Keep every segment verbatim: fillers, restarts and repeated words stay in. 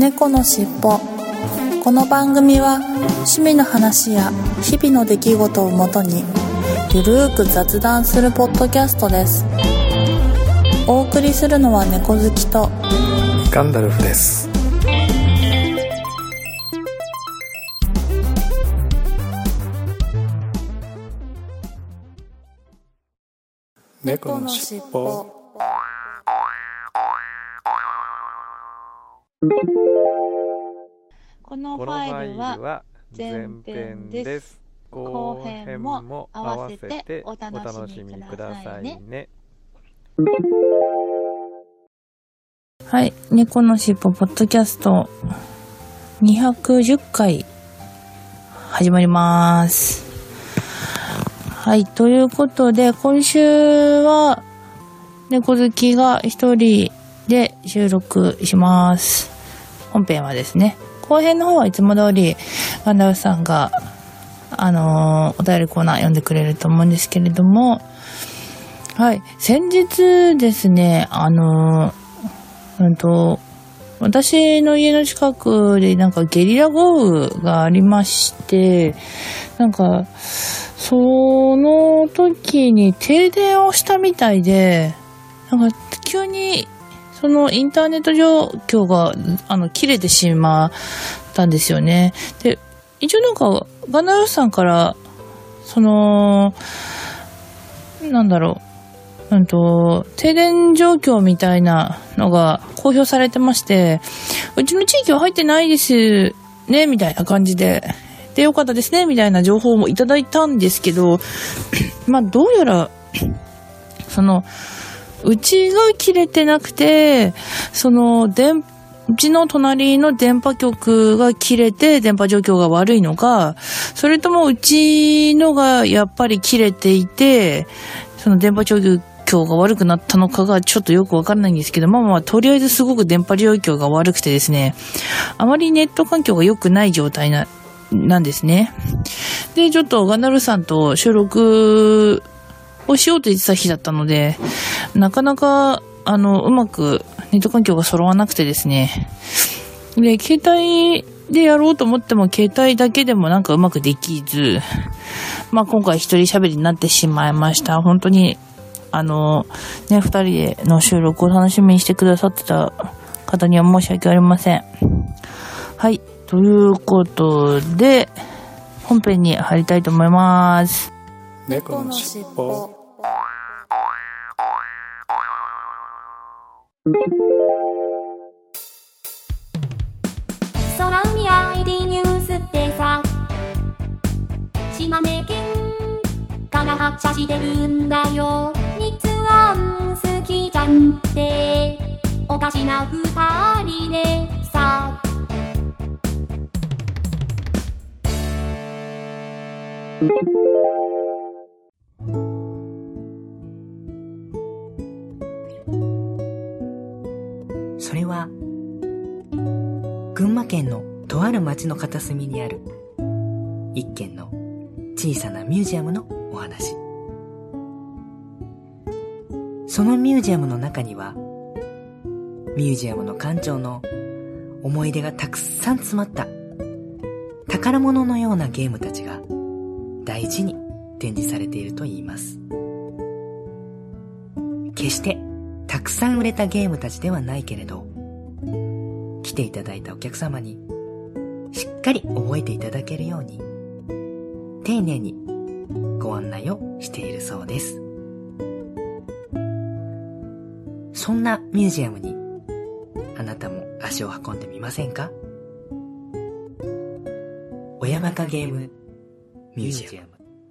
猫のしっぽ。この番組は趣味の話や日々の出来事をもとにゆるーく雑談するポッドキャストです。お送りするのは猫好きとガンダルフです。猫のしっぽ。 このファイルは前編です。後編も合わせてお楽しみくださいね。はい、猫のしっぽポッドキャストにひゃくじゅっかい始まります。はい、ということで今週は猫好きが一人で収録します。本編はですね、後編の方はいつも通りガンダルさんがあのー、お便りコーナー読んでくれると思うんですけれども、はい、先日ですね、あのー、うんと私の家の近くでなんかゲリラ豪雨がありまして、なんかその時に停電をしたみたいで、なんか急にそのインターネット状況があの切れてしまったんですよね。で、一応なんかガンダルさんからそのなんだろう、うんと停電状況みたいなのが公表されてまして、うちの地域は入ってないですねみたいな感じで、でよかったですねみたいな情報もいただいたんですけど、まあどうやらそのうちが切れてなくて、その電うちの隣の電波局が切れて電波状況が悪いのか、それともうちのがやっぱり切れていてその電波状況が悪くなったのかがちょっとよくわからないんですけど、まあまあとりあえずすごく電波状況が悪くてですね、あまりネット環境が良くない状態ななんですね。で、ちょっとガンダルさんと収録をしようと言ってた日だったので、なかなかあのうまくネット環境が揃わなくてですね、で携帯でやろうと思っても携帯だけでもなんかうまくできず、まあ今回一人喋りになってしまいました。本当にあのね、二人での収録を楽しみにしてくださってた方には申し訳ありません。はい、ということで本編に入りたいと思います。 猫のしっぽ。 空海 アイディー ニュースってさ、島根県から発車してるんだよ。日安好きじゃんっておかしな二人でさ。 それは群馬県のとある町の片隅にある一軒の小さなミュージアムのお話。そのミュージアムの中にはミュージアムの館長の思い出がたくさん詰まった宝物のようなゲームたちが大事に展示されているといいます。決してたくさん売れたゲームたちではないけれど、来ていただいたお客様にしっかり覚えていただけるように丁寧にご案内をしているそうです。そんなミュージアムにあなたも足を運んでみませんか？親バカゲームミュージアム。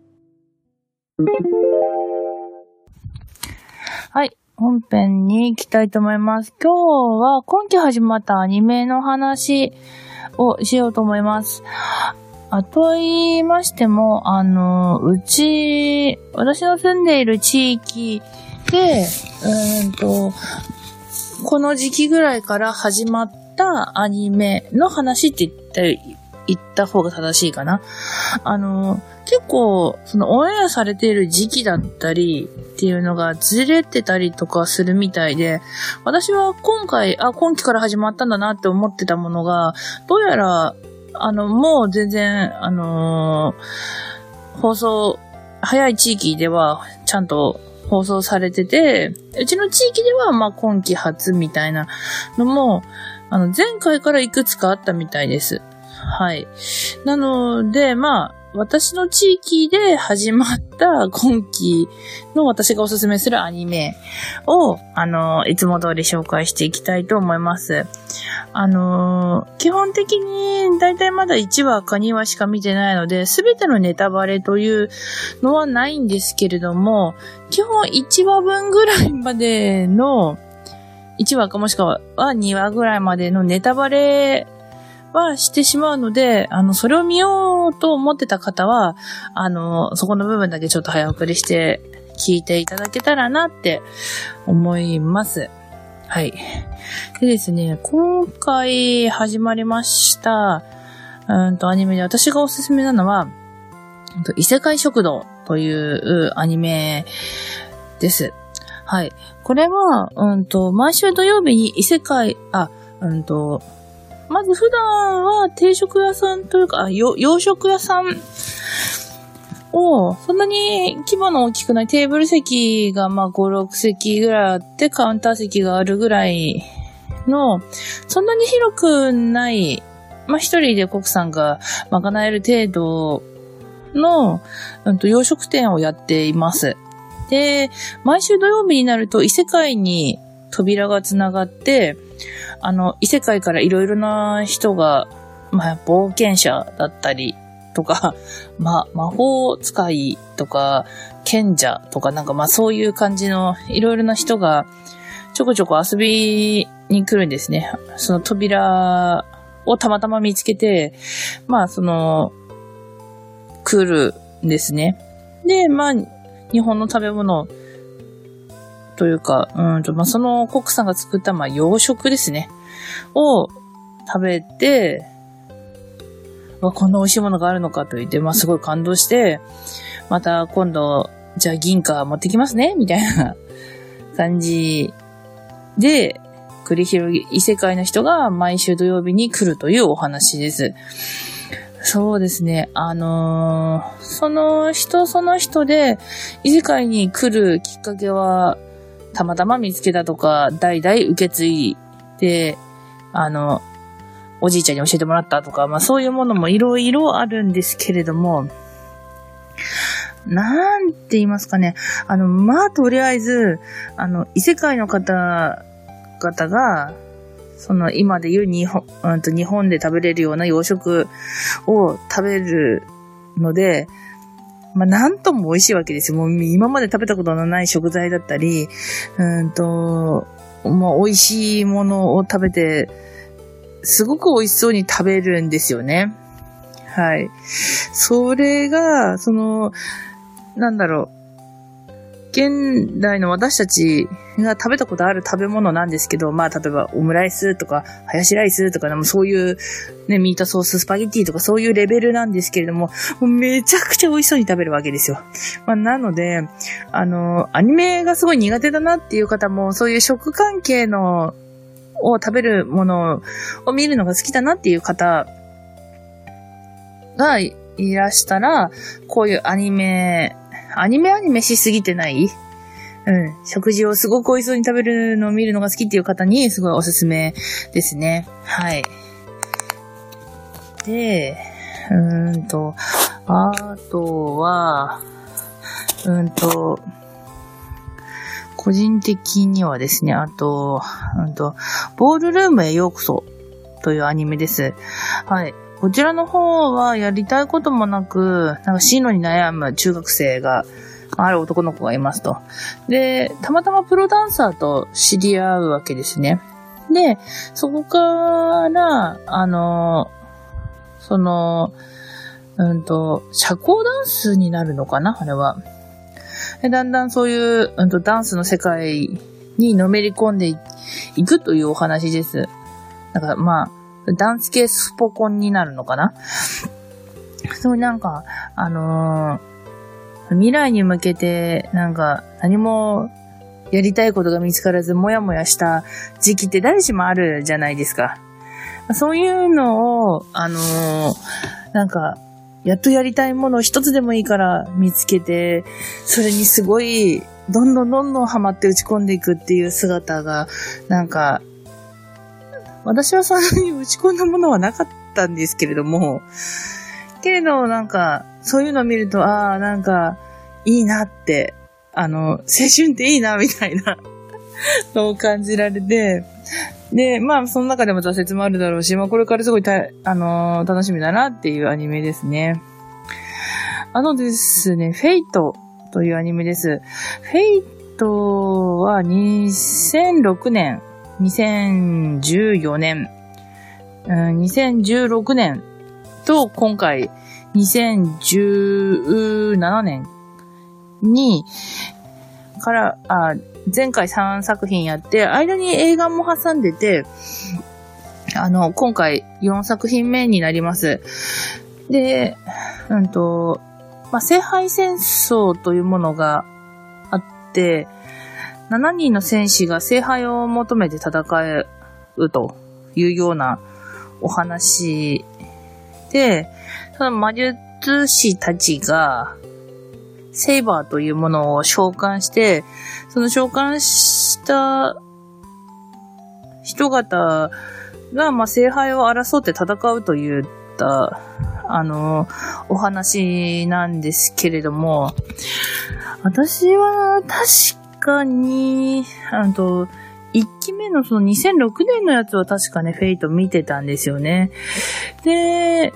はい、本編に行きたいと思います。今日は今期始まったアニメの話をしようと思います。あと言いましても、あの、うち、私の住んでいる地域で、うーんと、この時期ぐらいから始まったアニメの話って言った言った方が正しいかな。あの、結構、そのオンエアされている時期だったりっっていうのがずれてたりとかするみたいで、私は今回、あ、今期から始まったんだなって思ってたものが、どうやら、あの、もう全然、あのー、放送、早い地域ではちゃんと放送されてて、うちの地域ではまあ今期初みたいなのも、あの、前回からいくつかあったみたいです。はい。なので、まあ、私の地域で始まった今期の私がおすすめするアニメを、あの、いつも通り紹介していきたいと思います。あの、基本的にだいたいまだいちわかにわしか見てないので、すべてのネタバレというのはないんですけれども、基本いちわぶんぐらいまでの、いちわかもしくはにわぐらいまでのネタバレはしてしまうので、あの、それを見ようと思ってた方は、あの、そこの部分だけちょっと早送りして聞いていただけたらなって思います。はい。でですね、今回始まりました、うんと、アニメで私がおすすめなのは、異世界食堂というアニメです。はい。これは、うんと、毎週土曜日に異世界、あ、うんと、まず普段は定食屋さんというか、あ、洋食屋さんを、そんなに規模の大きくないテーブル席がまあご、ろくせきぐらいあって、カウンター席があるぐらいの、そんなに広くない、まあ一人でコックさんが賄える程度の、うんと、洋食店をやっています。で、毎週土曜日になると異世界に扉がつながって、あの、異世界からいろいろな人が、まあ、冒険者だったりとか、まあ、魔法使いとか、賢者とかなんかまあそういう感じのいろいろな人がちょこちょこ遊びに来るんですね。その扉をたまたま見つけて、まあその、来るんですね。で、まあ、日本の食べ物というか、うんと、まあ、そのコックさんが作った、まあ、洋食ですね。を食べて、わ、こんな美味しいものがあるのかと言って、まあ、すごい感動して、また今度、じゃあ銀貨持ってきますねみたいな感じで、繰り広げ、異世界の人が毎週土曜日に来るというお話です。そうですね。あのー、その人その人で異世界に来るきっかけはたまたま見つけたとか、代々受け継いで、あの、おじいちゃんに教えてもらったとか、まあそういうものもいろいろあるんですけれども、なんて言いますかね。あの、まあとりあえず、あの、異世界の方々が、その今で言う日本、うんと日本で食べれるような洋食を食べるので、まあなんとも美味しいわけですよ。もう今まで食べたことのない食材だったり、うんと、もう美味しいものを食べて、すごく美味しそうに食べるんですよね。はい。それが、その、なんだろう。現代の私たちが食べたことある食べ物なんですけど、まあ例えばオムライスとかハヤシライスとか、そういうね、ミートソーススパゲッティとかそういうレベルなんですけれども、もうめちゃくちゃ美味しそうに食べるわけですよ。まあなので、あの、アニメがすごい苦手だなっていう方も、そういう食関係のを食べるものを見るのが好きだなっていう方がいらしたら、こういうアニメ、アニメアニメしすぎてない？うん。食事をすごく美味しそうに食べるのを見るのが好きっていう方にすごいおすすめですね。はい。で、うーんと、あとは、うーんと、個人的にはですね、あと、うんと、ボールルームへようこそというアニメです。はい。こちらの方はやりたいこともなく、なんか進路に悩む中学生が、ある男の子がいますと。で、たまたまプロダンサーと知り合うわけですね。で、そこから、あの、その、うんと、社交ダンスになるのかなあれは。で、だんだんそういう、うんと、ダンスの世界にのめり込んでいくというお話です。だからまあ、ダンス系スポコンになるのかな。そうなんか、あのー、 未来に向けて、なんか、何もやりたいことが見つからず、もやもやした時期って誰しもあるじゃないですか。そういうのを、あのー、なんか、やっとやりたいものを一つでもいいから見つけて、それにすごい、どんどんどんどんハマって打ち込んでいくっていう姿が、なんか、私はそんなに打ち込んだものはなかったんですけれども、けれどなんか、そういうのを見ると、ああ、なんか、いいなって、あの、青春っていいな、みたいなのを感じられて、で、まあ、その中でも挫折もあるだろうし、まあ、これからすごいた、あのー、楽しみだなっていうアニメですね。あのですね、フェイトというアニメです。フェイトはにせんろくねん、にせんじゅうよねん、うん、にせんじゅうろくねんと今回にせんじゅうななねんにから、あ、前回さんさく品やって、間に映画も挟んでて、あの、今回よんさく品目になります。で、うんと、まあ、聖杯戦争というものがあって、しちにんの戦士が聖杯を求めて戦うというようなお話で、その魔術師たちが、セイバーというものを召喚して、その召喚した人々が、まあ、聖杯を争って戦うといった、あの、お話なんですけれども、私は確かに、あの、いっきめのそのにせんろくねんのやつは確かね、フェイト見てたんですよね。で、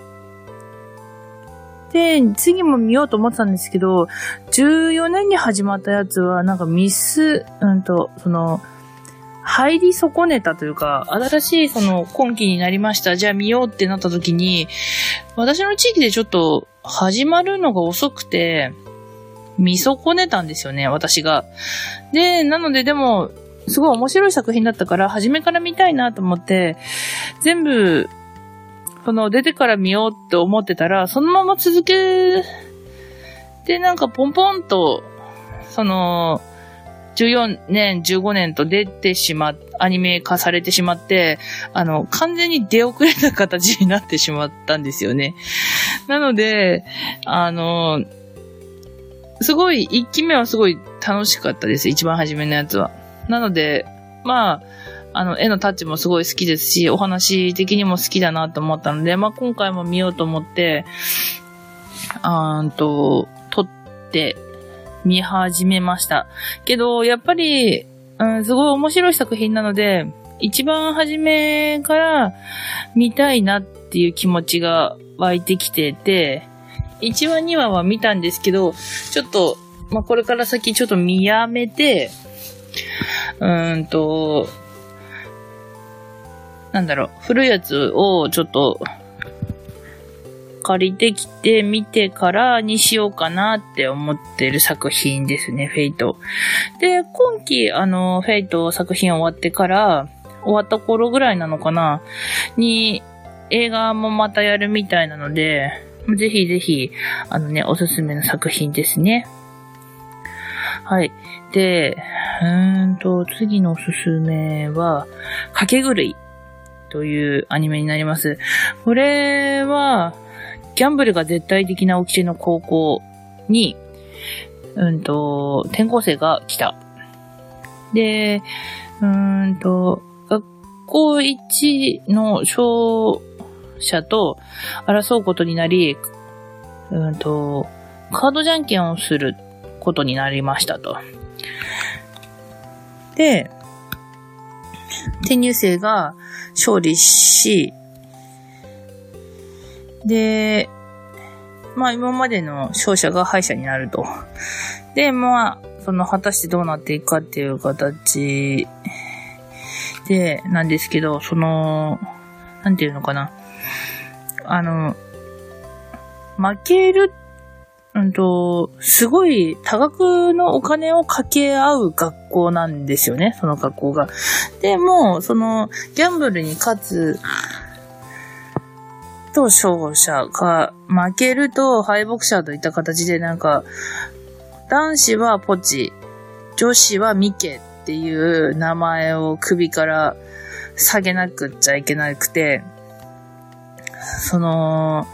で、次も見ようと思ってたんですけど、じゅうよねんに始まったやつは、なんかミス、うんと、その、入り損ねたというか、新しいその今期になりました。じゃあ見ようってなった時に、私の地域でちょっと始まるのが遅くて、見損ねたんですよね、私が。で、なのででも、すごい面白い作品だったから、初めから見たいなと思って、全部、その出てから見ようって思ってたら、そのまま続けてなんかポンポンと、その、じゅうよねん、じゅうごねんと出てしまっ、アニメ化されてしまって、あの、完全に出遅れた形になってしまったんですよね。なので、あの、すごい、一期目はすごい楽しかったです。一番初めのやつは。なので、まあ、あの、絵のタッチもすごい好きですし、お話的にも好きだなと思ったので、まあ、今回も見ようと思って、あーんと、撮って見始めました。けど、やっぱり、うん、すごい面白い作品なので、一番初めから見たいなっていう気持ちが湧いてきてて、いちわにわは見たんですけど、ちょっと、まあ、これから先ちょっと見やめて、うーんと、なんだろう、古いやつをちょっと借りてきて見てからにしようかなって思ってる作品ですね、フェイト。で、今期、あの、フェイト作品終わってから、終わった頃ぐらいなのかなに、映画もまたやるみたいなので、ぜひぜひ、あのね、おすすめの作品ですね。はい。で、うーんと、次のおすすめは、かけ狂いというアニメになります。これは、ギャンブルが絶対的な掟の高校に、うんと、転校生が来た。で、うーんと、学校一の勝者と争うことになり、うんと、カードじゃんけんをすることになりましたと。で、転入生が勝利し、で、まあ今までの勝者が敗者になると。で、まあ、その果たしてどうなっていくかっていう形で、なんですけど、その、なんていうのかな。あの、負ける、うんと、すごい多額のお金をかけ合う学校なんですよね、その学校が。でも、その、ギャンブルに勝つと勝者か、負けると敗北者といった形でなんか、 男子はポチ、女子はミケっていう名前を首から下げなくっちゃいけなくて、その、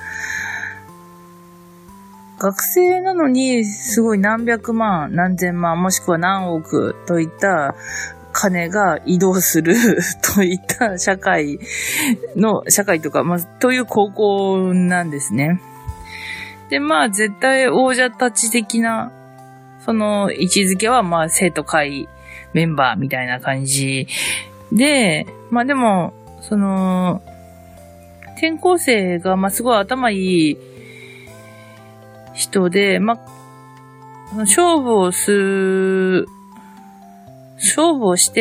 学生なのにすごい何百万、何千万、もしくは何億といった金が移動するといった社会の、社会とか、まあ、という高校なんですね。で、まあ、絶対王者たち的な、その位置づけは、まあ、生徒会メンバーみたいな感じで、まあでも、その、転校生が、まあ、すごい頭いい人で、まあ、勝負をする、勝負をして、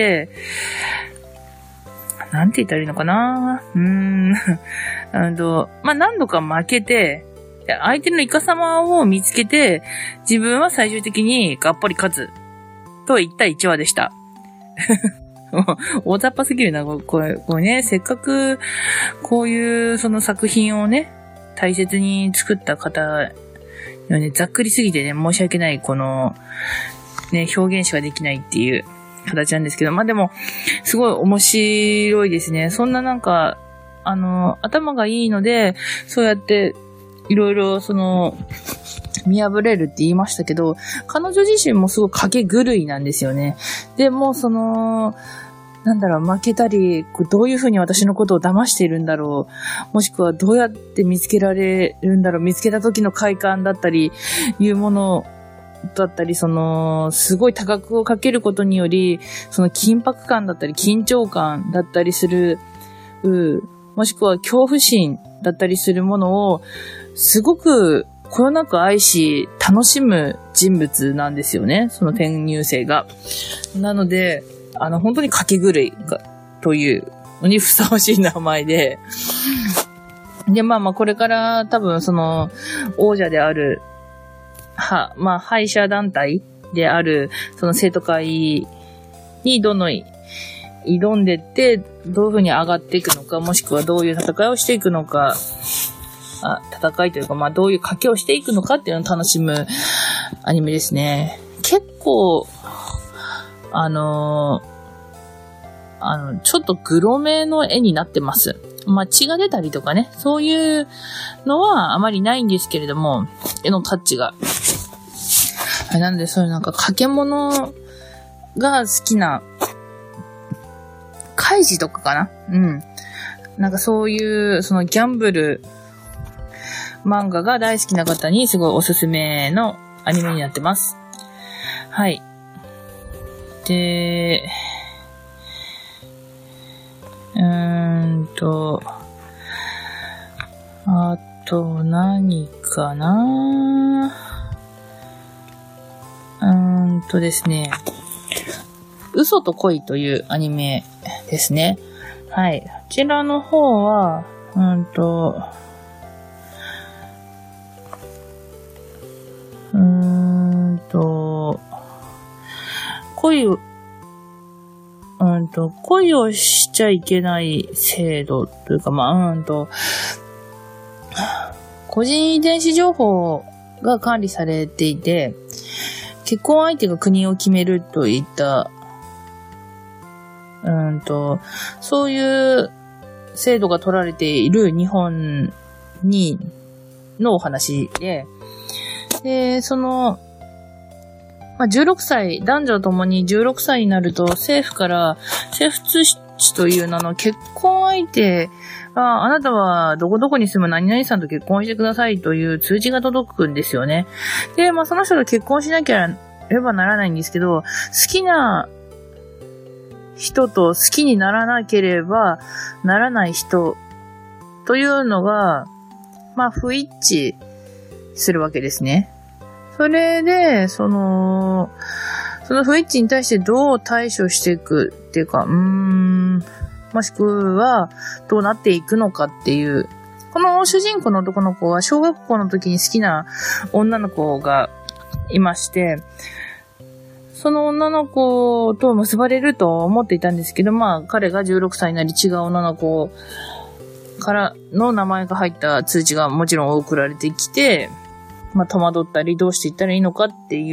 なんて言ったらいいのかなうーん。あの、まあ、何度か負けて、相手のイカ様を見つけて、自分は最終的にがっぱり勝つ。といったいちわでした。大雑把すぎるな、これ、これね、せっかく、こういうその作品をね、大切に作った方にはね、ざっくりすぎてね、申し訳ない、この、ね、表現しかできないっていう形なんですけど、まあでも、すごい面白いですね。そんななんか、あの、頭がいいので、そうやって、いろいろ、その、見破れるって言いましたけど、彼女自身もすごい賭け狂いなんですよね。でも、その、なんだろう、負けたり、どういうふうに私のことを騙しているんだろう。もしくはどうやって見つけられるんだろう。見つけた時の快感だったり、いうものだったり、その、すごい多額をかけることにより、その緊迫感だったり、緊張感だったりする、もしくは恐怖心だったりするものを、すごくこよなく愛し、楽しむ人物なんですよね。その転入生が。なので、あの、本当に賭け狂いが、というのにふさわしい名前で。で、まあまあ、これから多分その、王者である、は、まあ、敗者団体である、その生徒会にどの、挑んでって、どういう風に上がっていくのか、もしくはどういう戦いをしていくのか、あ戦いというか、まあ、どういう賭けをしていくのかっていうのを楽しむアニメですね。結構、あのー、あの、ちょっとグロめの絵になってます。まあ、血が出たりとかね、そういうのはあまりないんですけれども、絵のタッチが。なので、そういうなんか賭け物が好きな、カイジとかかなうん。なんかそういう、そのギャンブル、漫画が大好きな方にすごいおすすめのアニメになってます。はい。で、うーんと、あと何かなうーんとですね、嘘と恋というアニメですね。はい。こちらの方は、うんと、うーんと、恋を、うんと、恋をしちゃいけない制度というか、まあ、うんと、個人遺伝子情報が管理されていて、結婚相手が国を決めるといった、うんと、そういう制度が取られている日本に、のお話で、で、その、まあ、じゅうろくさい、男女ともにじゅうろくさいになると政府から政府通知という名の結婚相手が、あなたはどこどこに住む何々さんと結婚してくださいという通知が届くんですよね。で、まあ、その人と結婚しなきゃればならないんですけど、好きな人と好きにならなければならない人というのが、まあ、不一致するわけですね。それで、その、その不一致に対してどう対処していくっていうか、うーん、もしくはどうなっていくのかっていう。この主人公の男の子は小学校の時に好きな女の子がいまして、その女の子と結ばれると思っていたんですけど、まあ彼がじゅうろくさいになり違う女の子からの名前が入った通知がもちろん送られてきて、 まあ、戸惑ったりどうしていったらいいのかっていう、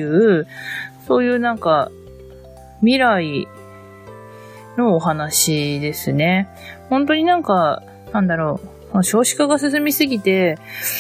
そういうなんか、未来のお話ですね。本当になんか、なんだろう、少子化が進みすぎて、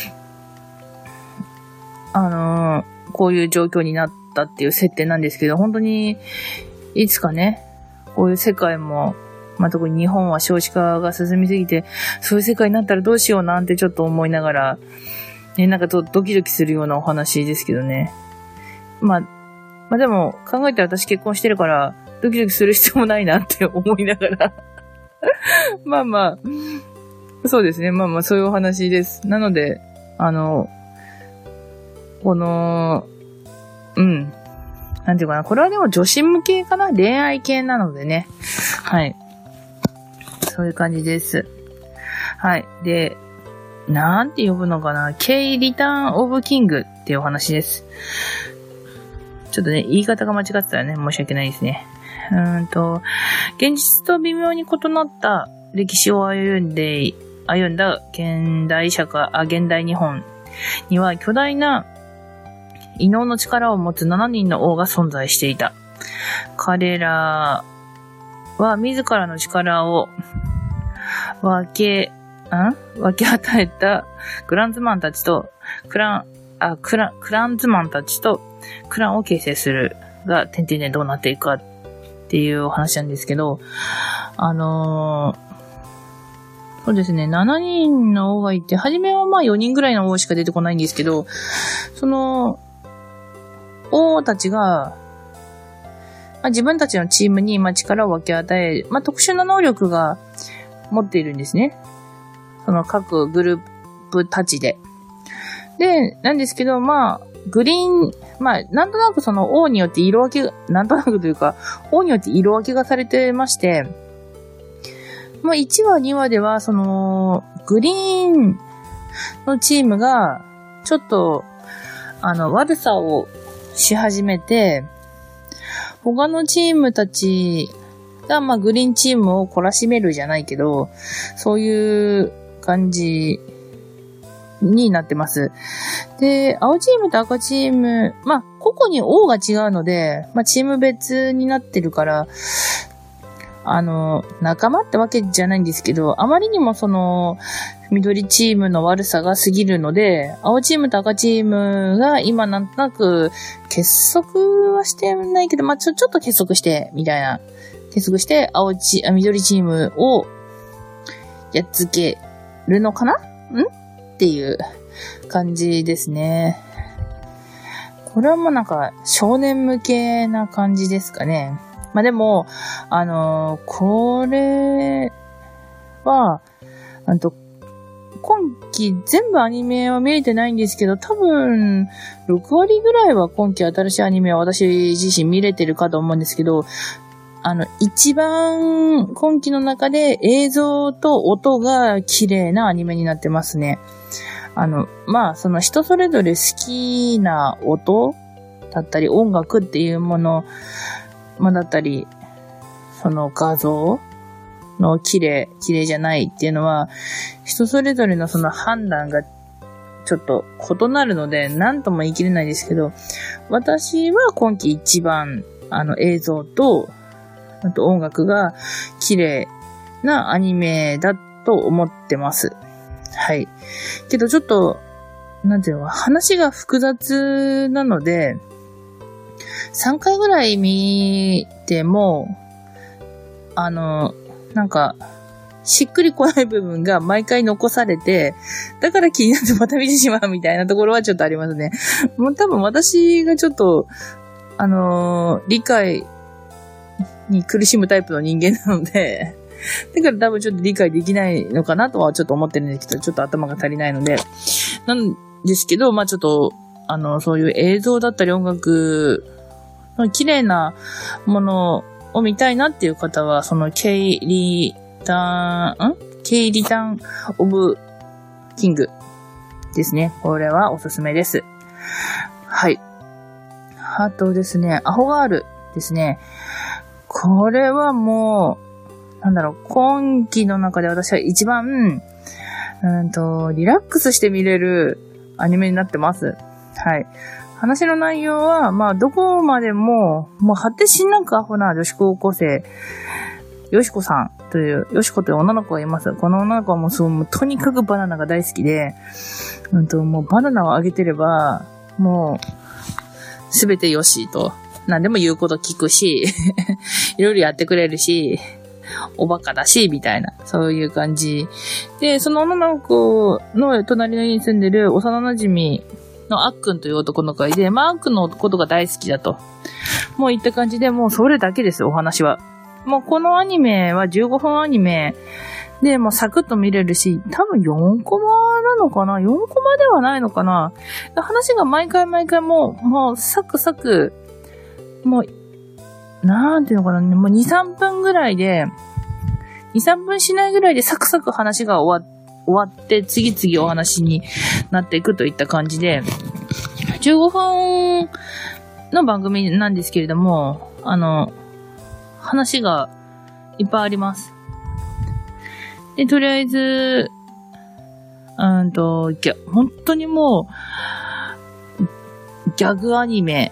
あのー、こういう状況になったっていう設定なんですけど、本当に、いつかね、こういう世界も、まあ、特に日本は少子化が進みすぎて、そういう世界になったらどうしようなんてちょっと思いながら、ね、なんかとドキドキするようなお話ですけどね。まあ、まあでも考えたら私結婚してるから、ドキドキする必要もないなって思いながら。まあまあ、そうですね。まあまあそういうお話です。なので、あの、この、うん。なんていうかな。これはでも女子向けかな？恋愛系なのでね。はい。そういう感じです。はい。で、なんて呼ぶのかな？ K リターンオブキングっていうお話です。ちょっとね、言い方が間違ってたらね、申し訳ないですね。うーんと、現実と微妙に異なった歴史を歩んで、歩んだ現代社会、あ、現代日本には巨大な異能の力を持つしちにんの王が存在していた。彼らは自らの力を分け、ん分け与えたグランズマンたちと、クラン、あ、クラン、クランズマンたちとクランを形成するが、点々でどうなっていくかっていうお話なんですけど、あのー、そうですね、しちにんの王がいて、初めはまあよにんぐらいの王しか出てこないんですけど、その、王たちが、まあ、自分たちのチームにまあ力を分け与え、まあ、特殊な能力が持っているんですね。その各グループたちで。で、なんですけど、まあ、グリーン、まあ、なんとなくその王によって色分け、なんとなくというか、王によって色分けがされてまして、まあ、いちわ、にわでは、その、グリーンのチームが、ちょっと、あの、悪さをし始めて、他のチームたちが、まあ、グリーンチームを懲らしめるじゃないけど、そういう感じになってます。で、青チームと赤チーム、まあ、個々に王が違うので、まあ、チーム別になってるから、あの、仲間ってわけじゃないんですけど、あまりにもその、緑チームの悪さが過ぎるので、青チームと赤チームが今なんとなく結束はしてないけど、まあ、ちょ、ちょっと結束して、みたいな。結束して、青チ、緑チームをやっつけるのかな？んっていう感じですね。これはもうなんか少年向けな感じですかね。まあでも、あのー、これは、あと、今期全部アニメは見れてないんですけど、多分、ろくわりぐらいは今期新しいアニメは私自身見れてるかと思うんですけど、あの、一番今期の中で映像と音が綺麗なアニメになってますね。あの、まあ、その人それぞれ好きな音だったり音楽っていうもの、まあ、だったり、その画像の綺麗、綺麗じゃないっていうのは、人それぞれのその判断がちょっと異なるので、なんとも言い切れないですけど、私は今期一番、あの映像と、あと音楽が綺麗なアニメだと思ってます。はい。けどちょっと、なんていうの、話が複雑なので、さんかいぐらい見ても、あの、なんか、しっくりこない部分が毎回残されて、だから気になってまた見てしまうみたいなところはちょっとありますね。もう多分私がちょっと、あのー、理解に苦しむタイプの人間なので、だから多分ちょっと理解できないのかなとはちょっと思ってるんですけど、ちょっと頭が足りないので。なんですけど、まあちょっと、あの、そういう映像だったり音楽の綺麗なものを見たいなっていう方は、その K リターン、ん ?K リターンオブキングですね。これはおすすめです。はい。あとですね、アホガールですね。これはもう、なんだろう、今期の中で私は一番、うんと、リラックスして見れるアニメになってます。 はい。話の内容は、まあ、どこまでも、もう、果てしなくアホな女子高校生、よしこさんという、よしこという女の子がいます。この女の子はもう、そう、もうとにかくバナナが大好きで、うんと、もうバナナをあげてれば、もう、すべてよしと、何でも言うこと聞くし、いろいろやってくれるし、おバカだし、みたいな、そういう感じ。で、その女の子の隣の家に住んでる幼馴染のあっくんという男の子がいて、まあ、あっくんのことが大好きだと。もういった感じで、もうそれだけです、お話は。もうこのアニメはじゅうごふんアニメで、もうサクッと見れるし、多分よんコマなのかな ?よん コマではないのかな。話が毎回毎回もう、もうサクサク、もう、なんていうのかな、もうに、さんぷんぐらいで、に、さんぷんしないぐらいでサクサク話が終わ、終わって、次々お話になっていくといった感じで、じゅうごふんの番組なんですけれども、あの、話がいっぱいあります。で、とりあえず、うんと、ギャ、本当にもう、ギャグアニメ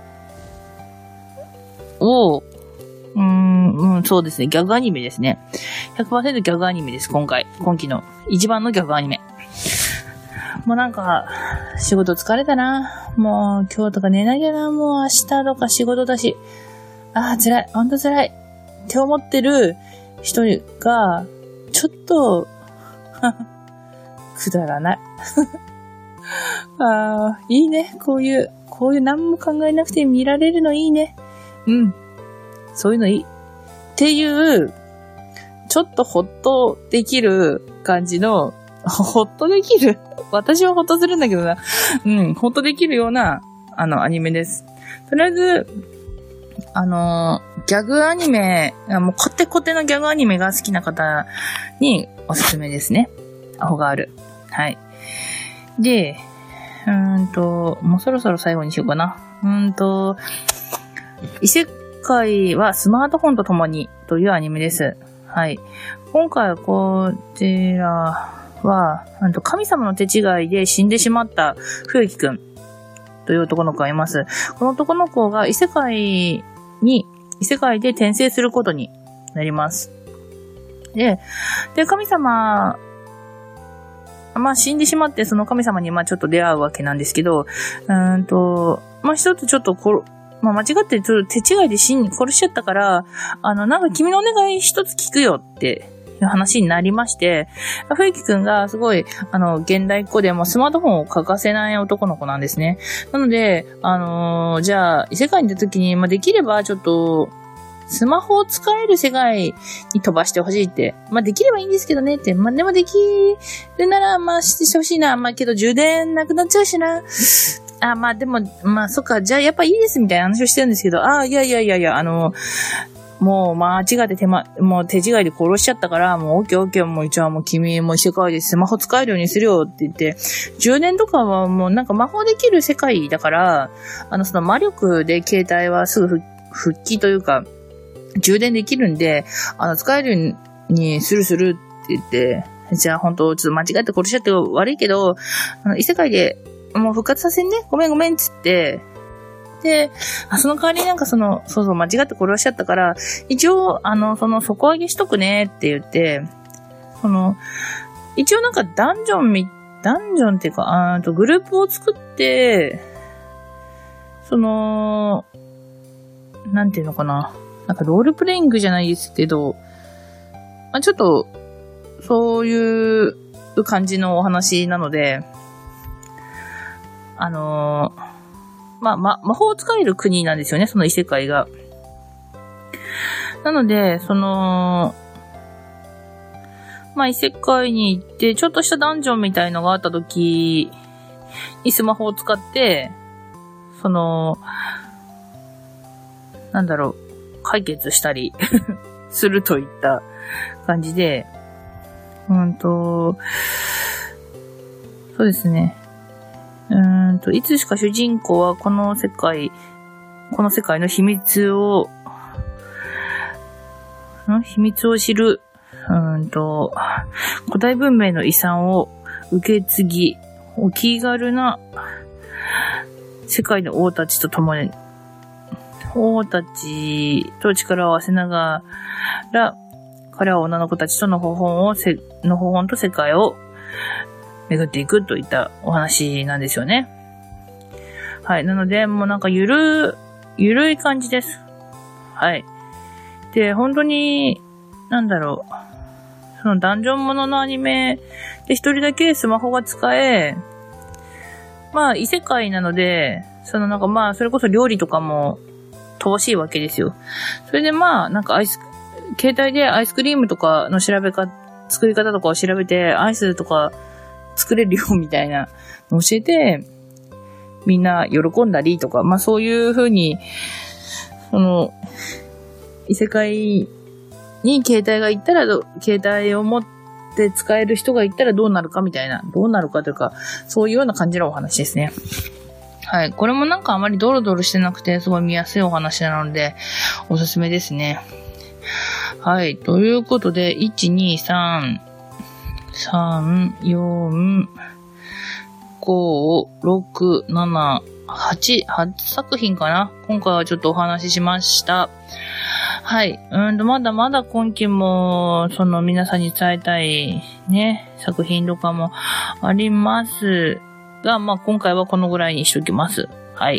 を、うーん、うん、そうですね、ギャグアニメですね。ひゃくパーセント ギャグアニメです、今回。今期の一番のギャグアニメ。もうなんか、仕事疲れたな。もう今日とか寝なきゃな。もう明日とか仕事だし。ああ、辛い。ほんと辛い。って思ってる人が、ちょっと、くだらない。ああ、いいね。こういう、こういう何も考えなくて見られるのいいね。うん。そういうのいい。っていう、ちょっとほっとできる感じの、ほっとできる私はほっとするんだけどな。うん、ほっとできるような、あの、アニメです。とりあえず、あの、ギャグアニメ、もうコテコテのギャグアニメが好きな方におすすめですね。アホがある。はい。で、うーんと、もうそろそろ最後にしようかな。うーんと、異世界はスマートフォンと共にというアニメです。はい。今回はこちらは、神様の手違いで死んでしまった冬木くんという男の子がいます。この男の子が異世界に、異世界で転生することになります。で、で、神様、まあ死んでしまってその神様にまあちょっと出会うわけなんですけど、うーんと、まあ一つちょっとこまあ間違ってちょっと手違いで死ん、殺しちゃったから、あの、なんか君のお願い一つ聞くよっていう話になりまして、冬木くんがすごい、あの、現代っ子でもスマートフォンを欠かせない男の子なんですね。なので、あのー、じゃあ、異世界に出た時に、まあできればちょっと、スマホを使える世界に飛ばしてほしいって。まあできればいいんですけどねって。まあでもできるなら、まあしてほしいな。まあけど充電なくなっちゃうしな。あ、まあでも、まあそっか、じゃあやっぱいいですみたいな話をしてるんですけど、ああ、いやいやいやいや、あの、もう間違って手間、もう手違いで殺しちゃったから、もうオッケーオッケー、もう一応もう君も異世界でスマホ使えるようにするよって言って、充電とかはもうなんか魔法できる世界だから、あのその魔力で携帯はすぐ復帰というか、充電できるんで、あの使えるようにするするって言って、じゃあ本当ちょっと間違って殺しちゃって悪いけど、あの異世界でもう復活させんね。ごめんごめんっつって、で、その代わりになんかその、そうそう間違って殺しちゃったから、一応、あの、その底上げしとくねって言って、その、一応なんかダンジョンみ、ダンジョンっていうか、あーとグループを作って、その、なんていうのかな。なんかロールプレイングじゃないですけど、まあ、ちょっと、そういう感じのお話なので、あのー、まあ、ま、魔法を使える国なんですよね、その異世界が。なので、その、まあ、異世界に行って、ちょっとしたダンジョンみたいのがあった時にスマホを使って、その、なんだろう、解決したりするといった感じで、うんと、そうですね。うーんと、いつしか主人公はこの世界、この世界の秘密を、ん秘密を知る、うーんと、古代文明の遺産を受け継ぎ、お気軽な世界の王たちと共に、王たちと力を合わせながら、彼は女の子たちとの方法をせ、の方法と世界を巡っていくといったお話なんですよね。はい。なので、もうなんかゆる、ゆるい感じです。はい。で、本当に、なんだろう。そのダンジョンもののアニメで一人だけスマホが使え、まあ異世界なので、そのなんかまあそれこそ料理とかも乏しいわけですよ。それでまあなんかアイス、携帯でアイスクリームとかの調べか、作り方とかを調べて、アイスとか作れるよみたいなのを教えて、みんな喜んだりとか、まあそういう風に、その、異世界に携帯が行ったら、携帯を持って使える人が行ったらどうなるかみたいな、どうなるかというか、そういうような感じのお話ですね。はい。これもなんかあまりドロドロしてなくて、すごい見やすいお話なので、おすすめですね。はい。ということで、いち、に、さん、さん、よん、ご、ろく、なな、はち、はちさく品かな。今回はちょっとお話ししました。はい。うんと、まだまだ今期も、その皆さんに伝えたいね、作品とかもありますが、まあ今回はこのぐらいにしときます。はい。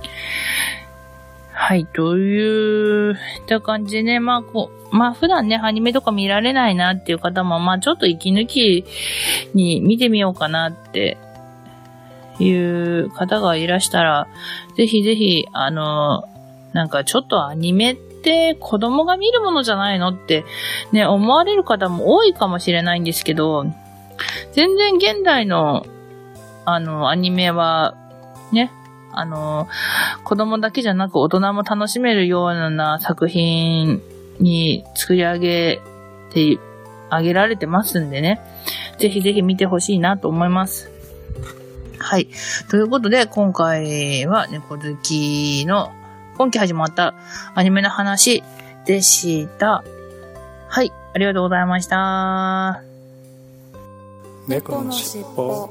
はい、という、った感じでね、まあこう、まあ普段ね、アニメとか見られないなっていう方も、まあちょっと息抜きに見てみようかなっていう方がいらしたら、ぜひぜひ、あの、なんかちょっとアニメって子供が見るものじゃないのってね、思われる方も多いかもしれないんですけど、全然現代のあの、アニメは、ね、あの、子供だけじゃなく大人も楽しめるような作品に作り上げて、あげられてますんでね、ぜひぜひ見てほしいなと思います。はい。ということで、今回は猫好きの今期始まったアニメの話でした。はい。ありがとうございました。 猫のしっぽ。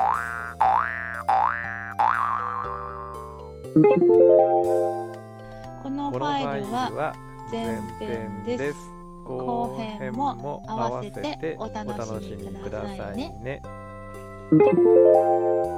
このファイルは前編です。後編も合わせてお楽しみくださいね。